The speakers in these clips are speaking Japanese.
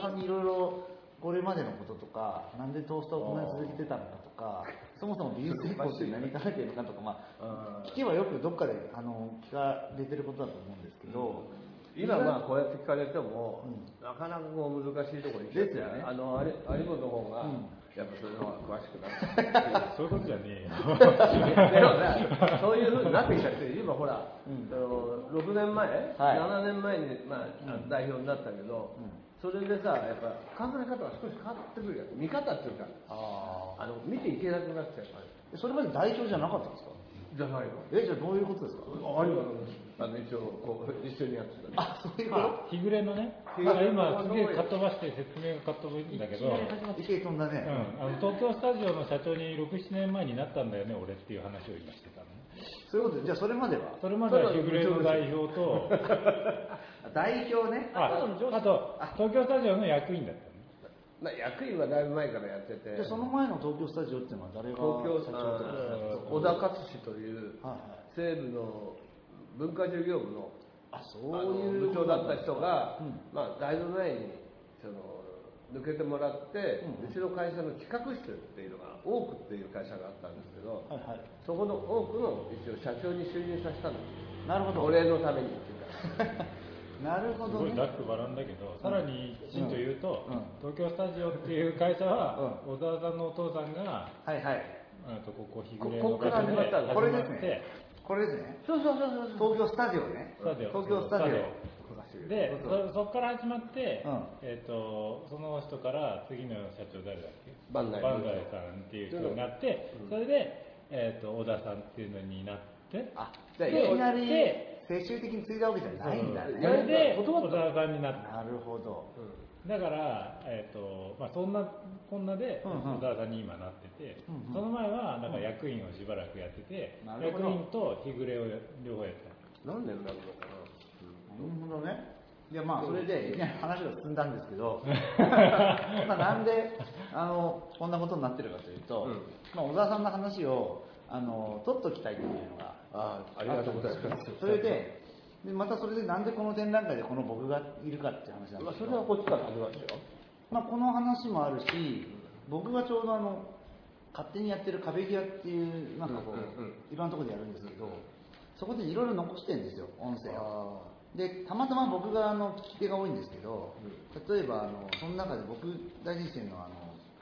さんにいろいろこれまでのこととか、なんでトーストをこんなに続けてたのかとか、そもそも美術専攻って何考えてるのかとか、まあ、聞けばよくどっかで聞かれてることだと思うんですけど、 今まあこうやって聞かれても、なかなかこう難しいところに来て、 ですよね。 有本の方が、やっぱそれの方が詳しくなる。 そういうことじゃねえよ。 でもね、そういうふうになってきちゃって、今ほら、6年前、7年前に、まあ代表になったけど、それでさ、やっぱ考え方が少し変わってくるよ。見方っていうか、見ていけなくなっちゃう。 それまで代表じゃなかったんですか？ じゃないの。 じゃあどういうことですか？ 一応こう一緒にやってた。 あ、そういうこと？ 日暮れのね、今すげえかっ飛ばして説明がかっ飛ぶんだけど、 一回飛んだね。 東京スタジオの社長に6、7年前になったんだよね、俺っていう話を今してたのね。 そういうことで、じゃあそれまでは日暮れの代表と、 代表ね。 あと東京スタジオの役員だったの。 役員はだいぶ前からやってて。 でその前の東京スタジオっていうのは誰が社長とか？ 小田勝氏という西部の文化事業部の部長だった人が、まあだいぶ前に抜けてもらって、うちの会社の企画室っていうのがオークっていう会社があったんですけど、そこのオークの一応社長に就任させたんです。 なるほど。 お礼のためにっていうか。 なるほど、ね、 すごいざっくばらんだけど、さらにきちんと言うと、東京スタジオっていう会社は、小沢さんのお父さんが、ここ日暮れの会社で始まって、 これですね。これですね。そう。東京スタジオね。東京スタジオ。 で、そこから始まって、その人から次の社長誰だっけ？ バンダイさんっていう人になって、それで、小田さんっていうのになって、 じゃあいきなり世襲的に継いだわけじゃないんだね。 それで小田さんになった。 なるほど。 だから、まあ、そんなこんなで小田さんに今なってて、その前はなんか役員をしばらくやってて、役員と日暮れを両方やってた。 何年になるのかな。 なるほどね。いやまあそれでいきなり話が進んだんですけどまあなんでこんなことになってるかというと、まあ、小沢さんの話を取っときたいっていうのがありがとうございます。 それでまたそれでなんでこの展覧会でこの僕がいるかっていう話なんですけど、 それはこっちから始まるでしょ。 まあこの話もあるし、僕がちょうど勝手にやってる壁際っていうなんかこういろんなところでやるんですけど、そこでいろいろ残してるんですよ、音声を。でたまたま僕が聞き手が多いんですけど、例えばその中で僕大事にしてるのは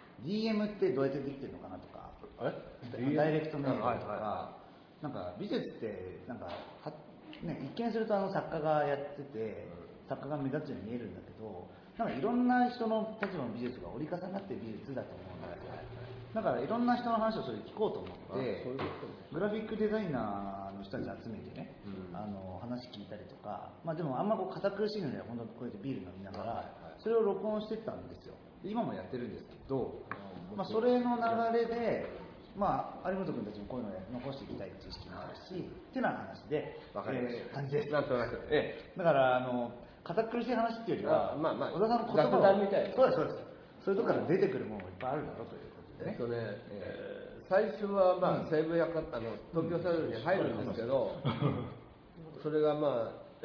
DM ってどうやってできてるのかなとか、ダイレクトメールとか、なんか美術ってなんかね、一見すると作家がやってて作家が目立つように見えるんだけど、なんかいろんな人の立場の美術が折り重なってる美術だと思うんですよ。だからいろんな人の話をそれ聞こうと思って、グラフィックデザイナーの人たち集めてね、話聞いたりとか、まあでもあんま堅苦しいので本当こうやってビール飲みながらそれを録音してったんですよ。今もやってるんですけど、まあそれの流れで、まあ有本君たちもこういうので残していきたい知識もあるし、っていうような話で、感じです。だから堅苦しい話っていうよりは、小田さんの言葉を、そうです。そういうとこから出てくるものがいっぱいあるだろうということでね。 最初はまあ西武百貨東京スタジオに入るんですけど、それがまあ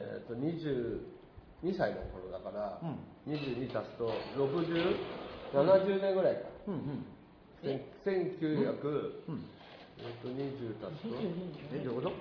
22歳の頃だから、22足すと70年ぐらいか。1920足すとどういうこと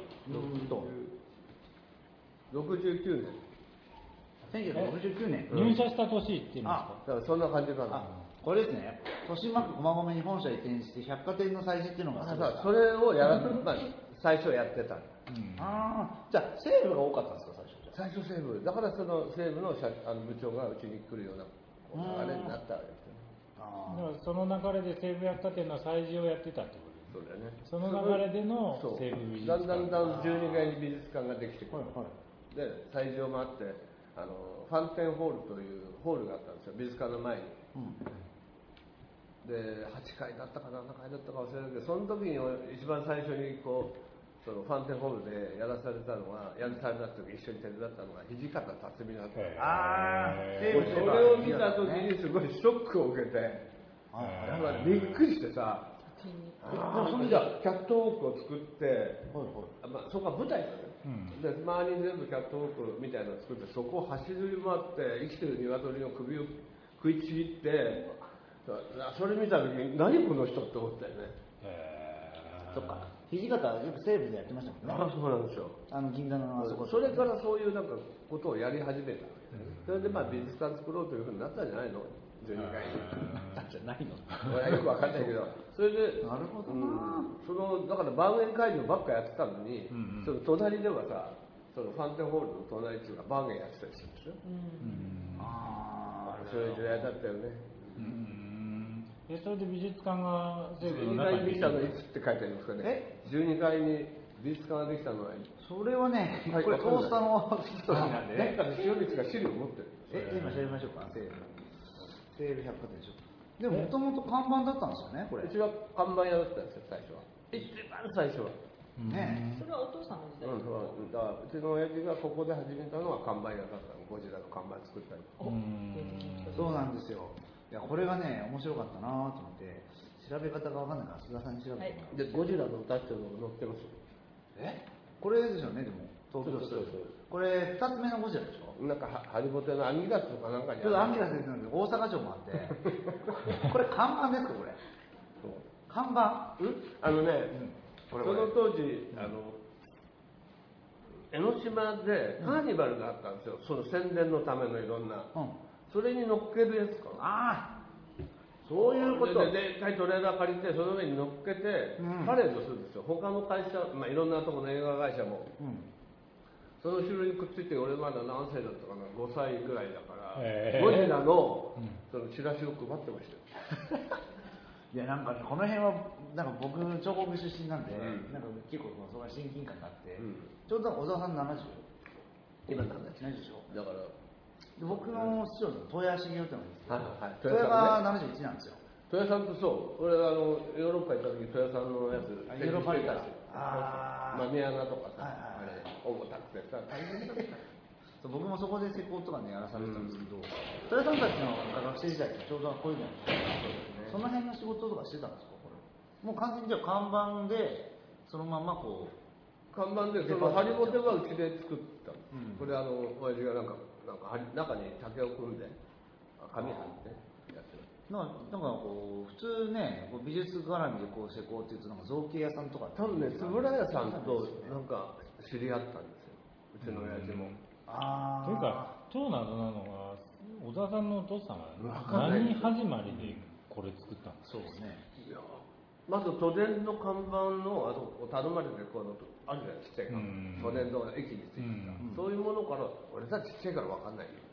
？69年。 1969年。 入社した年っていうんですか？ だからそんな感じなんです。 これですね。豊島区駒込に本社移転して百貨店の催事っていうのがそれを最初やってた。 じゃあ西武が多かったんですか最初西武。だからその西武の部長がうちに来るような流れになったわけですよ。 だからその流れで西武百貨店の催事をやってたってことです。そうだよね。その流れでの西武美術館。 だんだん12階に美術館ができてくる。で催事を回ってファンテンホールというホールがあったんですよ、美術館の前に。で8階だったか7階だったか忘れたけど、その時に一番最初にそのファンテンホールでやらされた時一緒に手伝ったのが土方辰巳だったんです。それを見た時にすごいショックを受けて、びっくりしてさ、それじゃキャットウォークを作って、そこは舞台だね。で周りに全部キャットウォークみたいなのを作って、そこを走り回って生きてる鶏の首食いちぎって、それ見た時に何この人って思ったよね。 そっか。土方よく西武でやってましたもんね。 ああ、そうなんですよ。 銀座のあそこ。 それからそういうなんかことをやり始めたわけね。それでまあ美術館作ろうというふうになったんじゃないの？12階に。 だじゃないの。 俺はよくわかんないけど、それで、 なるほどな。 だから万円会場ばっかやってたのに、その隣ではさ、そのファンテンホールの隣っていうかバーゲンやってたりするんですよ。そういう時代だったよね。 それで美術館が西武 12 の中に階にできたのいつって書いてありますかね。12階に美術館ができたのは、 それはね、これトースターのヒストリーなんでね。 なんか塩光が資料を持ってる。 今調べましょうか。西武百貨店でしょ。でももともと看板だったんですよね、これ。 うちは看板屋だったんですよ、最初は。一番最初は。 ね。 それはお父さんの時代。 だからうちの親父がここで始めたのは看板屋だったの。ゴジラの看板作ったり。 そうなんですよ。いや、これがね、面白かったなと思って、調べ方がわかんないから、須田さんに調べてもらで、ゴジラの歌っていうのが載ってます。 これですよね、でも。東京ストーリー。これ、2つ目のゴジラでしょ。 なんかハリボテのアンギラスとかなんかにちょっとアンギラスですので、大阪城もあって、これ看板ですか、これ。看板その当時、江ノ島でカーニバルがあったんですよ、その宣伝のためのいろんな。それに乗っけるやつかな。 ああ、 そういうことで、でっかいトレーラー借りて、その上に乗っけて、パレードするんですよ。他の会社、まあ、いろんなところの映画会社も。その後ろにくっついて、俺まだ何歳だったかな、5歳ぐらいだから、ゴジラのそのチラシを配ってましたよ。 いや、なんかね、この辺は、なんか僕、彫刻出身なんで、なんか結構、その親近感があって、ちょうど小沢さん 70？ 今何だ 70でしょ。 だから、 で僕の師匠の戸谷茂雄ってのがいるんですけど、 はいはい戸谷が71なんですよ。 戸谷さんとそう、俺がヨーロッパ行った時、戸谷さんのやつ、 ヨーロッパ行ったマミアナとかさ、あれ、重たくてさ、大変だった。 僕もそこで施工とかね、やらされてたんですけど、戸谷さんたちの学生時代ってちょうどこういうのやってたんですよ。その辺の仕事とかしてたんですか、これ。もう完全にじゃあ看板で、そのままこう、 看板で、そのハリボテはうちで作ったの。これ親父がなんか中に竹を組んで、紙貼ってやってる。 なんかこう、普通ね、こう美術絡みでこう施工っていうと、なんか造形屋さんとか。 多分ね、円谷さんとなんか知り合ったんですよ。うちの親父も。 というか、超謎なのが、小沢さんのお父さんは何始まりでこれ作ったんですか？ そうね。 まず都電の看板の頼まれてこのあるじゃない、ちっちゃい看板、都電の駅についてた、そういうものから、俺たちちっちゃいから分かんないよ。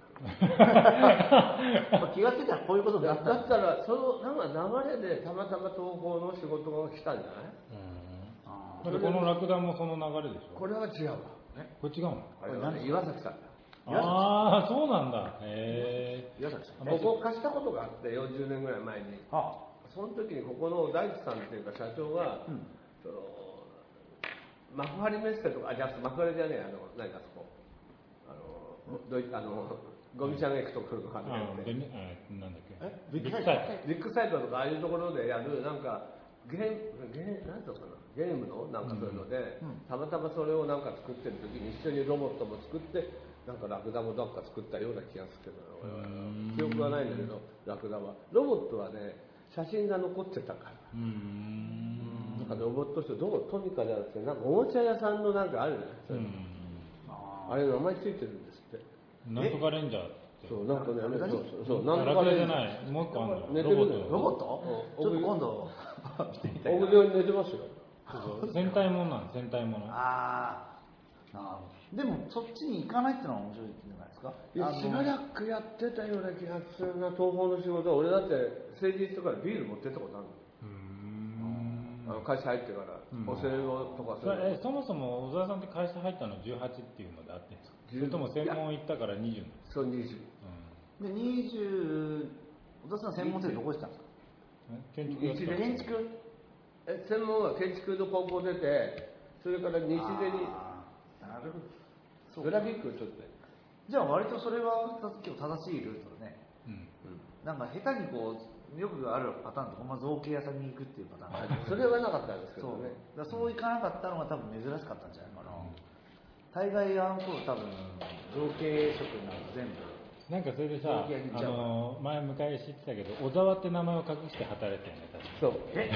気がついたらこういうことだった。 だったら、そのなんか流れでたまたま東宝の仕事が来たんじゃない？ だってこのラクダもその流れでしょ。 これは違うわ。 これ違うの？ あれはね、岩崎さんだ。 ああ、そうなんだ。へえ。 岩崎さん。 ここ貸したことがあって、40年ぐらい前に。その時にここの大地さんっていうか社長が、その幕張メッセとか、じゃあ幕張じゃねえ、何かそこ、ゴミちゃんが行くところとかなんだっけ？ ビッグサイトとかああいうところでやるなんかゲームのなんかそういうので、たまたまそれをなんか作ってる時に一緒にロボットも作ってなんかラクダもどっか作ったような気がするけど、記憶はないんだけど、ラクダはロボットはね写真が残ってたから。なんかロボットしてどこトミカじゃなくてなんかおもちゃ屋さんのなんかあるじゃない。あれ名前ついてるんですって。 なんとかレンジャーって。 そうなんかね、そうなんとかレンジャーじゃない。もう一個あるの。 寝てるの。 ロボット？ちょっと今度屋上に寝てますよ。 戦隊ものなんです、戦隊もの。 でもそっちに行かないっていうのは面白いんじゃないですか？ いやしばらくやってたような気がするな、東宝の仕事は。俺だって成人してからビール持ってったことあるの。会社入ってからお歳暮とかそもそも小沢さんって会社入ったの18っていうのであってんですか？それとも専門行ったから20？ そう、20。 で20、小田さん専門性どこ行ったんですか？ 建築。 専門は建築の高校出て、それから西出になるほど、 グラフィックをちょっと。 じゃあ割とそれは結構正しいルートだね。なんか下手にこうよくあるパターンとか、造形屋さんに行くっていうパターンそれはなかったんですけどね。 そういかなかったのが多分珍しかったんじゃないかな。大概あの頃多分造形職になると全部なんかそれでさ、前昔知ってたけど、小沢って名前を隠して働いてるんだよ、 そう。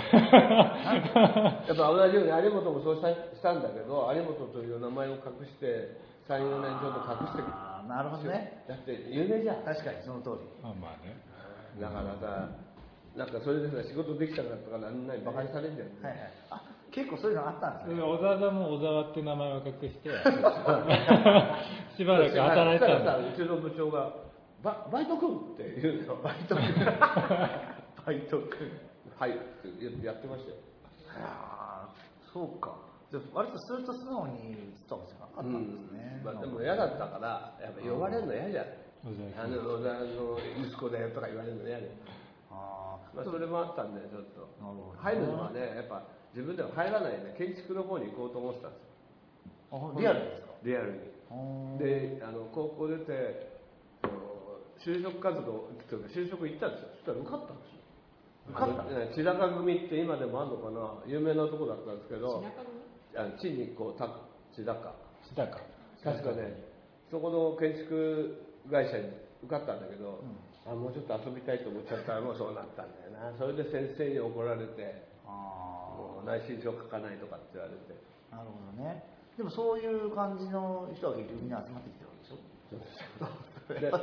やっぱ同じように有本もそうしたんだけど、有本という名前を隠して、3、4年ちょっと隠してくる。 なるほどね。 だって有名じゃん。 確かにその通り。 まあね。 だからさ、なんかそれでさ、仕事できたからとかなんないバカにされるんだよね。 はいはい。あ、結構そういうのあったんですね。 小沢さんも小沢って名前を隠して、しばらく働いてたんだ。 うちの部長が、バイト君って言うの。バイト君。バイト君。はいってやってましたよ。 そうか。じゃ割とスーッと素直に映ったわけじゃなかったんですね。 まあでも嫌だったから、やっぱ呼ばれるの嫌じゃん。小沢の息子だよとか言われるの嫌で。まあそれもあったんで、ちょっと。入るのはね、やっぱ自分では入らないで、建築の方に行こうと思ってたんですよ。 リアルですか？ リアルに。で、高校出て、就職活動、就職行ったんですよ。そしたら受かったんですよ。受かった千高組って今でもあるのかな、有名なとこだったんですけど、地にこう立つ千高。確かね、そこの建築会社に受かったんだけど、もうちょっと遊びたいと思っちゃったらもうそうなったんだよな。それで先生に怒られて、もう内申書書かないとかって言われて。 なるほどね。でもそういう感じの人は結局みんな集まってきてるわけでしょ。 だ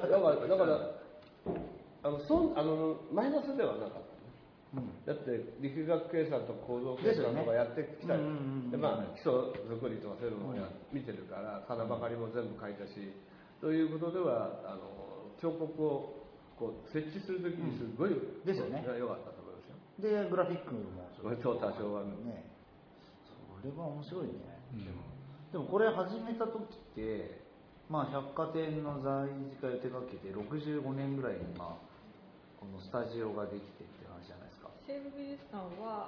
からマイナスではなかった。だって力学計算と構造計算とかやってきたり、で基礎作りとかそういうのも見てるから、金ばかりも全部書いたし、ということでは彫刻をこう設置するときにすごいですよね。 良かったと思いますよ。 でグラフィックもそう多少はね。それは面白いね。でもこれ始めた時って、百貨店の在地化を手掛けて65年ぐらいにこのスタジオができてって話じゃないですか。 西武美術館は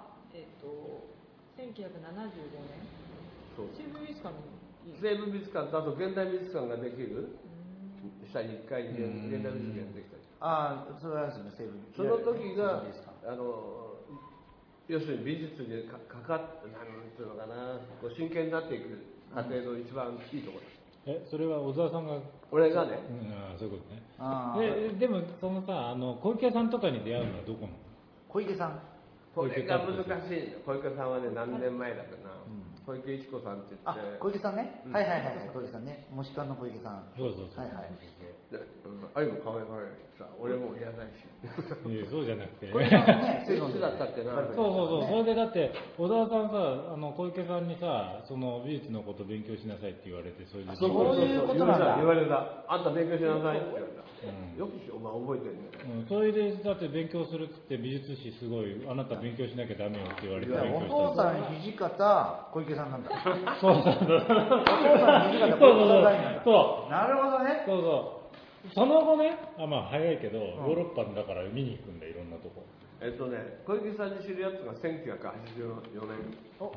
1975年。西武美術館に西武美術館とあと現代美術館ができる。下に1階に現代美術館ができたり。 それはですね、西武。 その時が要するに美術にかかってなんていうのかな、真剣になっていく過程の一番いいところ。 それは小沢さんが俺がね、 そういうことね。でもそのさ、小池さんとかに出会うのはどこなの？ 小池さん。 これが難しい。小池さんはね、何年前だかな。小池一子さんって言って。 小池さんね。はいはいはい、小池さんね。モヒカンの小池さん。 そう。 はいはい。 あれも可愛いさ、俺もいらないし。 そうじゃなくて。 小池さんね、いつだったっけな。 そう。それでだって小沢さんさ、小池さんにさ、その美術のこと勉強しなさいって言われて、それで。 そういうことなんだ。 言われた。あんた勉強しなさいって言われた。よくしよ、お前覚えてるね。 それでだって勉強するっつって美術史すごい、あなた勉強しなきゃダメよって言われて勉強した。 お父さん土方小池さんなんだ。 そう。 お父さん土方小池さんなんだ。 そう。 なるほどね。 そう。その後ね、早いけど、ヨーロッパだから見に行くんだ、いろんなとこ。 小池さんに知るやつが1984年。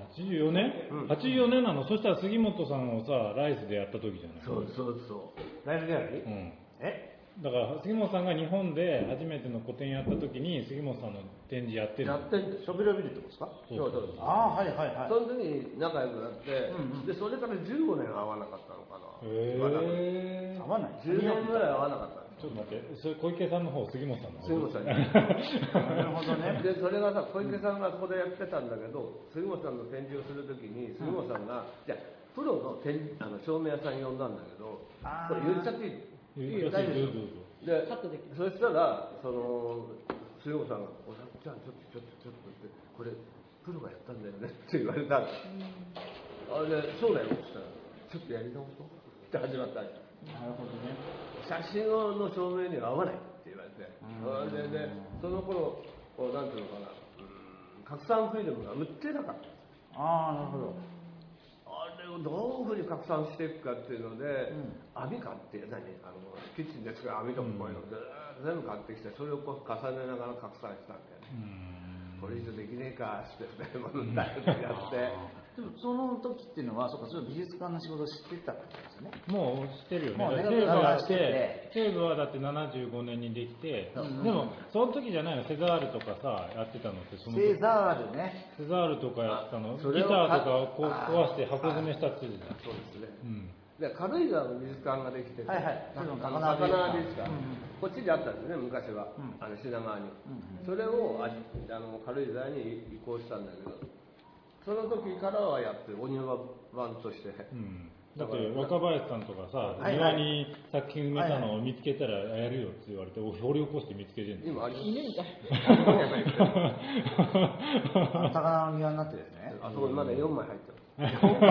84年？84年なの？そしたら杉本さんをさ、ライスでやった時じゃない？ そう。 ライフギャラリー？ だから杉本さんが日本で初めての個展やった時に杉本さんの展示やってる。 ショベルビルってことですか？ そう。 はい。 その時に仲良くなって、でそれから15年会わなかったのかな。 会わない。 10年ぐらい会わなかった。 ちょっと待って、それ小池さんの方、杉本さんの方。 杉本さんに。 なるほどね。 でそれがさ、小池さんがそこでやってたんだけど、杉本さんの展示をするときに杉本さんが、じゃあプロの照明屋さん呼んだんだけど、これ言っちゃっていい？ 大丈夫。 でそしたら杉本さんが「おさっちゃんちょっとってこれプロがやったんだよね」って言われたんです。でそうだよって言ったら「ちょっとやり直そう」って始まったんです。 なるほどね。 写真の照明には合わないって言われて、でその頃なんていうのかな、拡散フィルムが売ってなかったんです。 なるほど。 あれをどういうふうに拡散していくかっていうので、網買ってキッチンで使う網とかこういうの全部買ってきて、それを重ねながら拡散したんだよね。これ以上できねえかって問題やって。 でもその時っていうのは、そうか、それ美術館の仕事を知ってたってことですよね。 もう知ってるよね。西武はだって75年にできて、でもその時じゃないの、セザールとかさやってたのって。 セザールね。 セザールとかやったの。ギターとかを壊して箱詰めしたって言うじゃん。 そうですね。 で軽井沢の美術館ができてて、 はいはい、 魚美術館、こっちにあったんですね昔は、品川に、それを軽井沢に移行したんだけど、その時からはやってるお庭版として、 だって若林さんとかさ、庭に作品埋めたのを見つけたらやるよって言われて、掘り起こして見つけてるんですよ。 今あります。 犬みたい。 魚の庭になってですね。 あそこにまだ4枚入ってる。で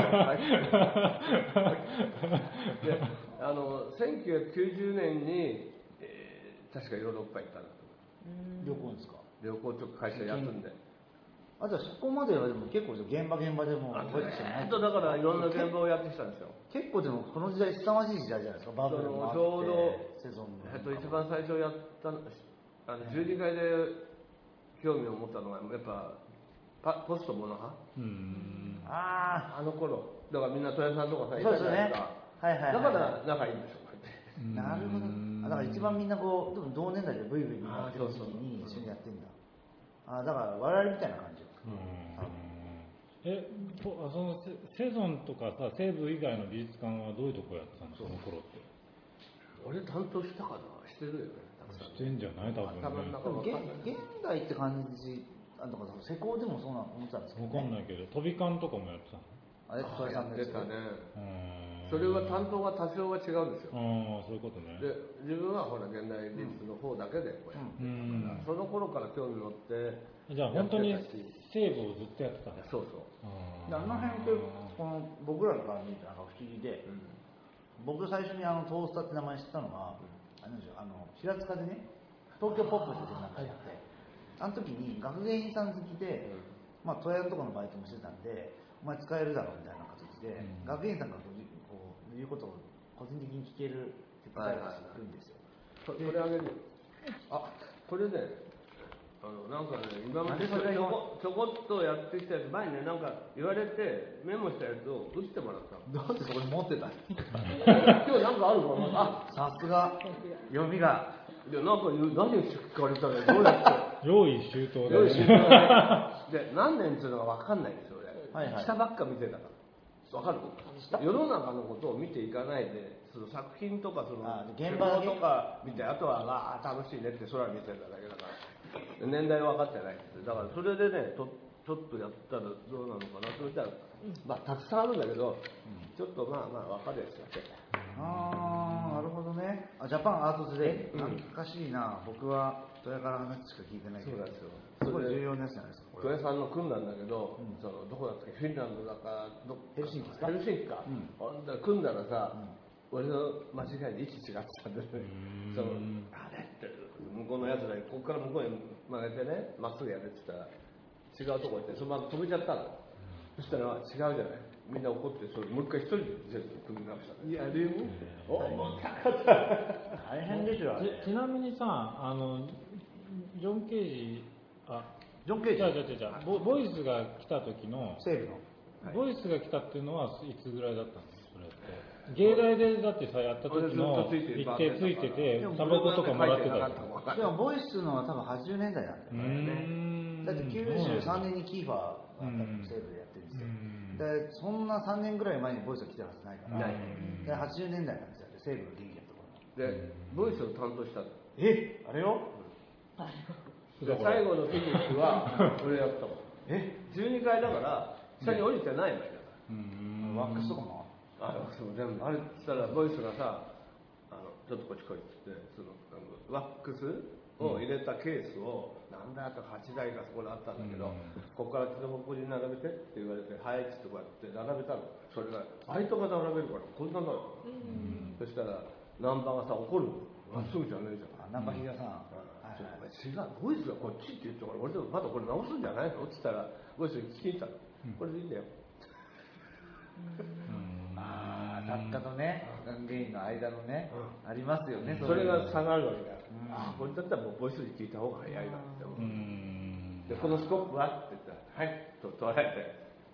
1990年に、確かヨーロッパ行ったんだと旅行ですか。 旅行ちょっと会社休んで。 あとそこまではでも結構現場でもずっとだからいろんな現場をやってきたんですよ。 結構でもこの時代凄まじい時代じゃないですか。バブルもあってちょうどセゾン一番最初やった12階で興味を持ったのがやっぱポストモノ派。あの頃だからみんな豊さんとかさいたじゃないですか。だから仲いいんでしょうね。 なるほど。だから一番みんなこうでも同年代でブイブイやってる時期に一緒にやってんだ。だから我々みたいな感じ。 そのセゾンとかさ、西武以外の美術館はどういうとこやってたのその頃って。 俺担当したかな、してるよね。 してんじゃない多分ね。 現代って感じとか施工でもそうなの思ってたんですけど、 分かんないけど飛び館とかもやってたの。 あれそれさん出たね。それは担当が多少は違うんですよ。 そういうことね。 で自分はほら現代美術の方だけでこうやってたから、その頃から興味持って。 じゃあ本当に西武をずっとやってたんだ。 そうそう。あの辺ってこの僕らから見ると不思議で、僕最初にトースターって名前知ったのは、平塚でね東京ポップってなんかやって、あの時に学芸員さん好きで、トヤのところのバイトもしてたんで、お前使えるだろうみたいな形で、学芸員さんがこう言うことを個人的に聞ける手伝いがするんですよ。 これあげるよ。これね。なんかね、今までちょこっとやってきたやつ、前にね、なんか言われて、メモしたやつを打ってもらったの。どうしてそこに持ってたの今日なんかあるかな。 さすが、読みが。 で、なんか何聞かれたらどうやって。 用意周到だね。で、何年っていうのが分かんないんですよ、俺。下ばっか見てたから。分かる？世の中のことを見ていかないで、その作品とか、その現場とか見て、あとは、楽しいねって空見てただけだから。年代は分かってないんです。だからそれでね、ちょっとやったらどうなのかなと思ったら、たくさんあるんだけど、ちょっと分かるやつだけ。 なるほどね。ジャパンアートズデイ。懐かしいな。僕は富谷から話しか聞いてないけど。そうなんですよ。すごい重要なやつじゃないですか。 富谷さんの組んだんだけど、どこだったっけ、フィンランドだか、 ヘルシンキですか？ ヘルシンキか。組んだらさ、俺の間違いで位置違ってたんだよね。あれって向こうのやつらにここから向こうに曲げてね、まっすぐやれって言ったら違うとこ行ってそのまま止めちゃったの。そしたら違うじゃない。みんな怒ってそれもう一回一人で全部組み直した。いやでも重たかった。 大変でしょ。 ちなみにさ、ジョン・ケージじゃボイスが来た時の西部のボイスが来たっていうのはいつぐらいだったんですか？それって芸大でだってさやった時の一定ついててタバコとかもらってた。 でもボイスのは多分80年代なんだよね。だって93年にキーファーが西部でやってるんですよ。でそんな3年ぐらい前にボイスが来てるはずないから。で80年代なんですよ。西部の元気なところ。 でボイスを担当したの。 あれよ。 最後のフィニッシュは俺やったもん。12階だから下に降りてない前だから。 ワックスとかもそう全部あれしたらボイスがさちょっとこっち来いって言ってそのワックスを入れたケースをなんだと8台がそこにあったんだけど、ここからここに並べてって言われてはいっつってこうやって並べたの。それがバイトが並べるからこんなの。そしたらナンバーがさ怒るの。まっすぐじゃねえじゃん。 ナンバー比嘉さん。 違うボイスがこっちって言ってから俺でもまだこれ直すんじゃないのって言ったらボイスに聞きに行ったの。これでいいんだよ。 作家とね、学芸員の間のね、ありますよね。 それが差があるわけだよ。これだったらもうボイスに聞いた方が早いなって思う。でこのスコップはって言ったらはいと捉え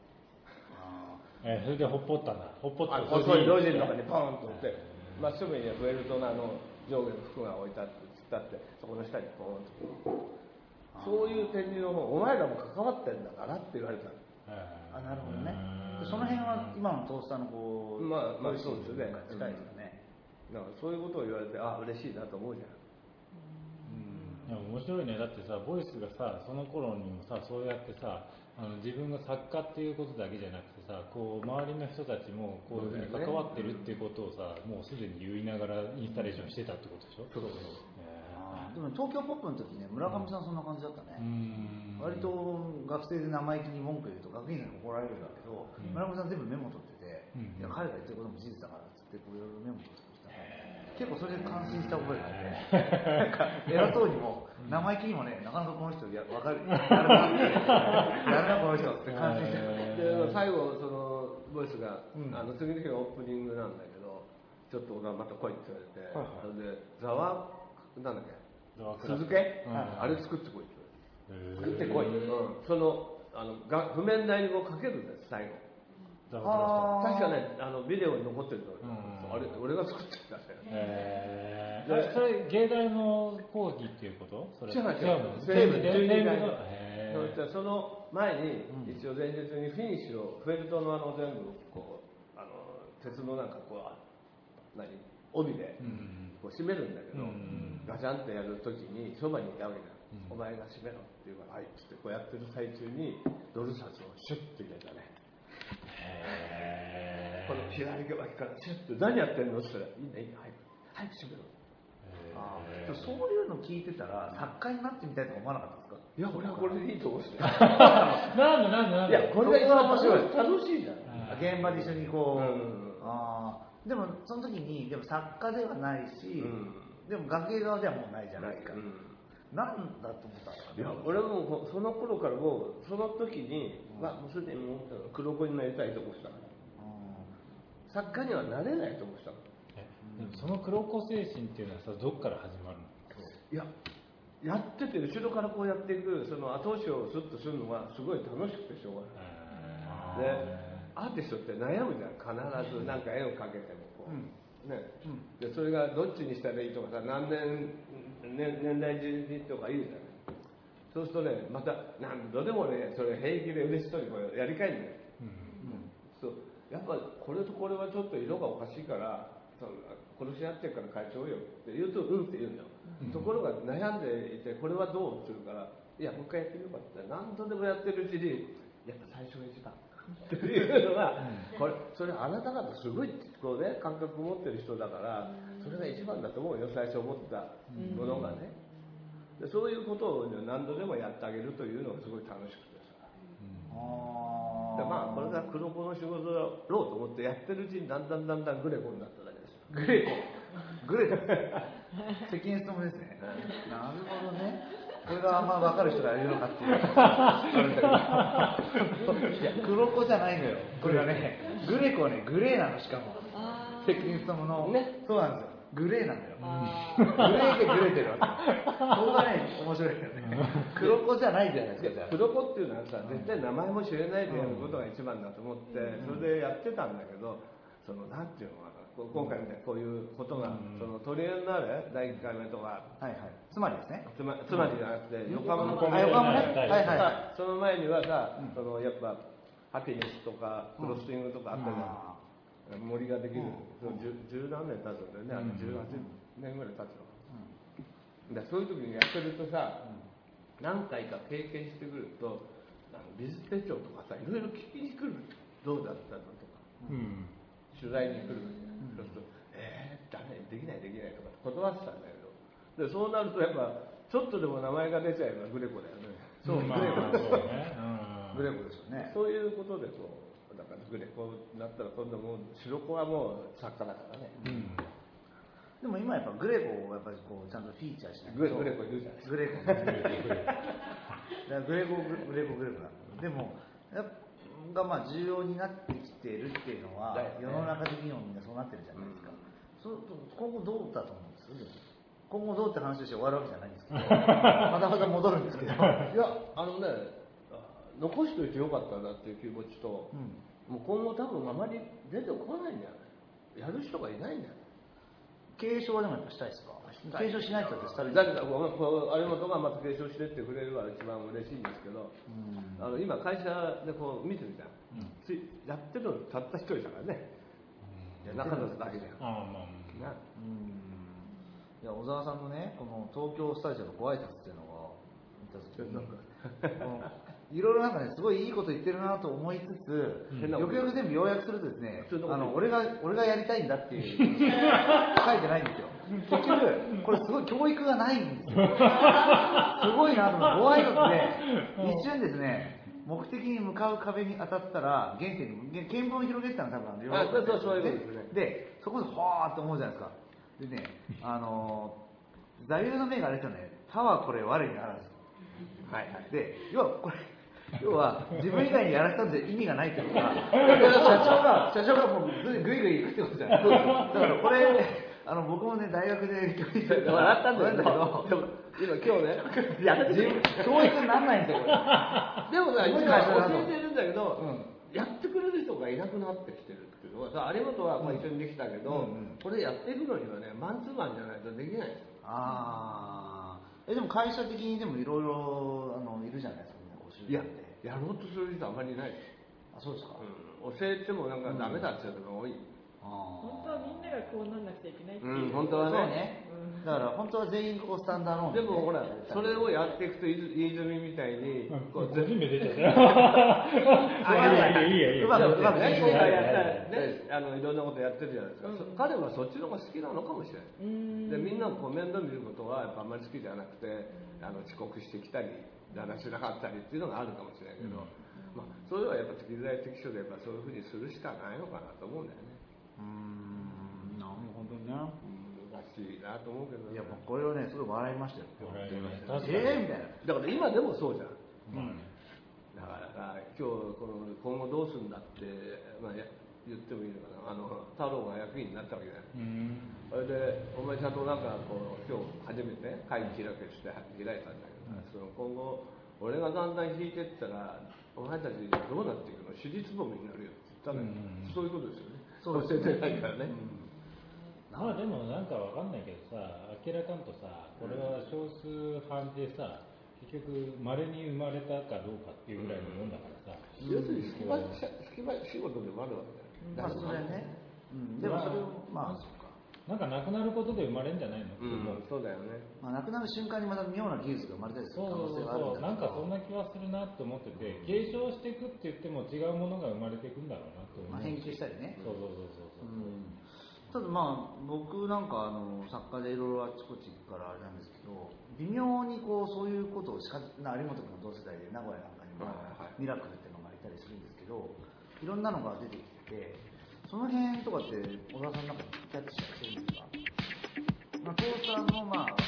て。それでほっぽったんだ。ほっぽって。 細い路地の中にポンとって真正面にはフェルトの上下の服が置いてあってつったってそこの下にポンと。そういう展示の方お前らも関わってんだからって言われたの。 なるほどね。 その辺は今のトースターのこう、 まあそうですよね、 近いですよね。 だからそういうことを言われて、あ、嬉しいなと思うじゃん。 いや面白いね。だってさ、ボイスがさ、その頃にもさ、そうやってさ、自分が作家っていうことだけじゃなくてさ、こう周りの人たちもこういうふうに関わってるっていうことをさ、もうすでに言いながらインスタレーションしてたってことでしょ。 そうでも東京ポップの時ね、村上さんそんな感じだったね。割と学生で生意気に文句言うと学院生に怒られるんだけど、村上さん全部メモ取ってて、いや彼が言ってることも事実だからっつってこういろいろメモ取ってきたら、結構それで感心した覚えがあって、なんか偉そうにも生意気にもね、なかなかこの人分かる、やるなこの人って感心してで最後そのボイスが、次の日のオープニングなんだけど、ちょっと俺はまた来いって言われて、それでザワなんだっけ、鈴木、あれ作ってこいって言われて、作ってこい、その譜面台にこうかけるんです最後。確かね、ビデオに残ってると思う、あれ俺が作ってたんだよ。 それ芸大の講義っていうこと？それ違うの？ 西部その前に一応前日にフィニッシュをフェルトの全部こう鉄のなんかこう帯でこう締めるんだけど、ガチャンってやるときにそばにいたわけだ。お前が締めろって言うから、はいっつってこうやってる最中にドル札をシュッと入れたね。この左脇からシュッと何やってんのって言ったら、いいねいいね、早く締めろ。 そういうの聞いてたら作家になってみたいと思わなかったですか？ いや、俺はこれでいいと思うんですよ。 なんでいや、これが一番面白い。楽しいじゃん。 現場で一緒にこう、でもその時にでも作家ではないし、でも学芸側ではもうないじゃないですか。なんだと思ったんですか？ いや、俺もその頃からもうその時に、もうすでにもう黒子になりたいと思ってたから。作家にはなれないと思ってたから。 でもその黒子精神っていうのはさ、どっから始まるの？ いや、やってて後ろからこうやっていくその後押しをスッとするのがすごい楽しくてしょうがない。で、アーティストって悩むじゃん、必ずなんか絵を描けてもこう、ね、でそれがどっちにしたらいいとかさ、何年代順にとか言うじゃない。そうするとね、また何度でもね、それ平気で嬉しそうにこうやり替えるんだよ。そうやっぱこれとこれはちょっと色がおかしいから、殺し合ってるから変えちゃおうよって言うと、って言うんだよ。ところが悩んでいて、これはどうするから、いや、もう一回やってみようかって何度でもやってるうちに、やっぱ最初が一番っていうのが、それあなた方すごいこうね、感覚を持ってる人だから、それが一番だと思うよ、最初思ってたものがね。でそういうことを何度でもやってあげるというのがすごい楽しくてさ。でこれが黒子の仕事だろうと思ってやってるうちにだんだんグレコになっただけですよ。 グレです関根勤ですね。なるほどね。これがあんま分かる人がいるのかっていうあるんだけど、いや黒子じゃないのよ。これがね、グレコはね、グレーなの。しかも関根勤のね、そうなんですよ、グレーなんだよ。グレーでグレてるわけ。そこがね、面白いよね。黒子じゃないじゃないですか。 黒子っていうのはさ、絶対名前も知れないでやることが一番だと思って、それでやってたんだけど、なんていうのかな、今回みたいにこういうことが、トリエンナーレ第1回目とか、 つまりですね、 つまりじゃなくて、横浜のその前にはさ、やっぱハピネスとかクロッシングとかあったじゃん。森ができる、十何年経つんだよね、18年ぐらい経つの。そういう時にやってるとさ、何回か経験してくると、美術手帳とかさ、いろいろ聞きに来る、どうだったのとか、取材に来る。そうすると、ダメ、できないとか断ってたんだけど、でそうなるとやっぱ、ちょっとでも名前が出ちゃえばグレコだよね。そう、グレコですよね。グレコですよね。そういうことでだからグレコになったら今度もう白子はもう作家だからね。 でも今やっぱグレコをやっぱりこうちゃんとフィーチャーしないと。 グレコ言うじゃないですか。 グレコなんでもが重要になってきてるっていうのは、世の中的にもみんなそうなってるじゃないですか。今後どうだと思うんです？今後どうって話をして終わるわけじゃないんですけど、また戻るんですけど。いや、残しといてよかったなっていう気持ちと、もう今後多分あまり出てこないんじゃない？やる人がいないんだよ。 継承はでもやっぱしたいですか？継承しないとしたらいいだけど有本がまた継承してってくれるのは一番嬉しいんですけど、今会社でこう見てるじゃん、やってるのたった一人だからね、中田だけで。 いや小沢さんのね、この東京スタジオのご挨拶っていうのを見た時にいろいろなんかね、すごいいいこと言ってるなと思いつつ、よくよく全部要約するとですね、俺がやりたいんだっていう書いてないんですよ。結局これすごい教育がないんですよ。すごいなと思って、ご挨拶で一瞬ですね、目的に向かう壁に当たったら原点に見聞を広げてたのが多分そういうことですね。 でそこではーって思うじゃないですか。でね、座右の銘があれですよね、他はこれ我にあらず。はいはい。で、要は自分以外にやらせたんで意味がないというか、社長がもうグイグイ行くってことじゃないですか。だからこれ僕もね、大学で教育して笑ったんだけど、今日ね、 教育にならないんですよ、これ。 でもね、教えてるんだけど、やってくれる人がいなくなってきてるっていうのは、有本は一緒にできたけど、これやっていくのにはね、マンツーマンじゃないとできないですよ。 でも会社的にでもいろいろいるじゃないですか、 いや、やろうとする人あまりいないです。 そうですか。 教えてもなんかダメだっていうのが多い。 本当はみんながこうなんなくちゃいけないっていう。 本当はね。 だから本当は全員こうスタンダード。 でもほら、それをやっていくと飯泉みたいに個人名出ちゃう。いいうまく今やったね、いろんなことやってるじゃないですか。彼はそっちの方が好きなのかもしれない。でみんなこう面倒見ることはやっぱあんまり好きじゃなくて、遅刻してきたりだらしなかったりっていうのがあるかもしれないけど、それはやっぱ適材適所でやっぱそういうふうにするしかないのかなと思うんだよね。 なるほどね。 難しいなと思うけど、 いやもうこれをね、すごい笑いましたよ。 確かに。 みたいな。 だから今でもそうじゃん。だから今後どうするんだって、言ってもいいのかな。太郎が役員になったわけじゃない。それでお前ちゃんとなんかこう今日初めて会議開けして開いたんだけど、今後俺がだんだん引いてったらお前たちどうなっていくの、尻つぼみになるよって言ったのよ。そういうことですよね。教えてないからね。 でもなんかわかんないけどさ、明らかんとさ、これは少数派でさ、結局稀に生まれたかどうかっていうぐらいのもんだからさ。 要するに隙間仕事でもあるわけだよ。 それね。でもそれをなんかなくなることで生まれるんじゃないの？ そうだよね。 なくなる瞬間にまた妙な技術が生まれたりする可能性があるんだけど。 なんかそんな気はするなと思ってて、継承していくって言っても違うものが生まれていくんだろうなと思う。 研究したりね。 そう。 ただ僕なんか作家でいろいろあちこちからあれなんですけど、微妙にこうそういうことを有本君の同世代で名古屋なんかにもミラクルっていうのがいたりするんですけど、いろんなのが出てきて、その辺とかって小田さんなんかキャッチしてるんですか？トースターの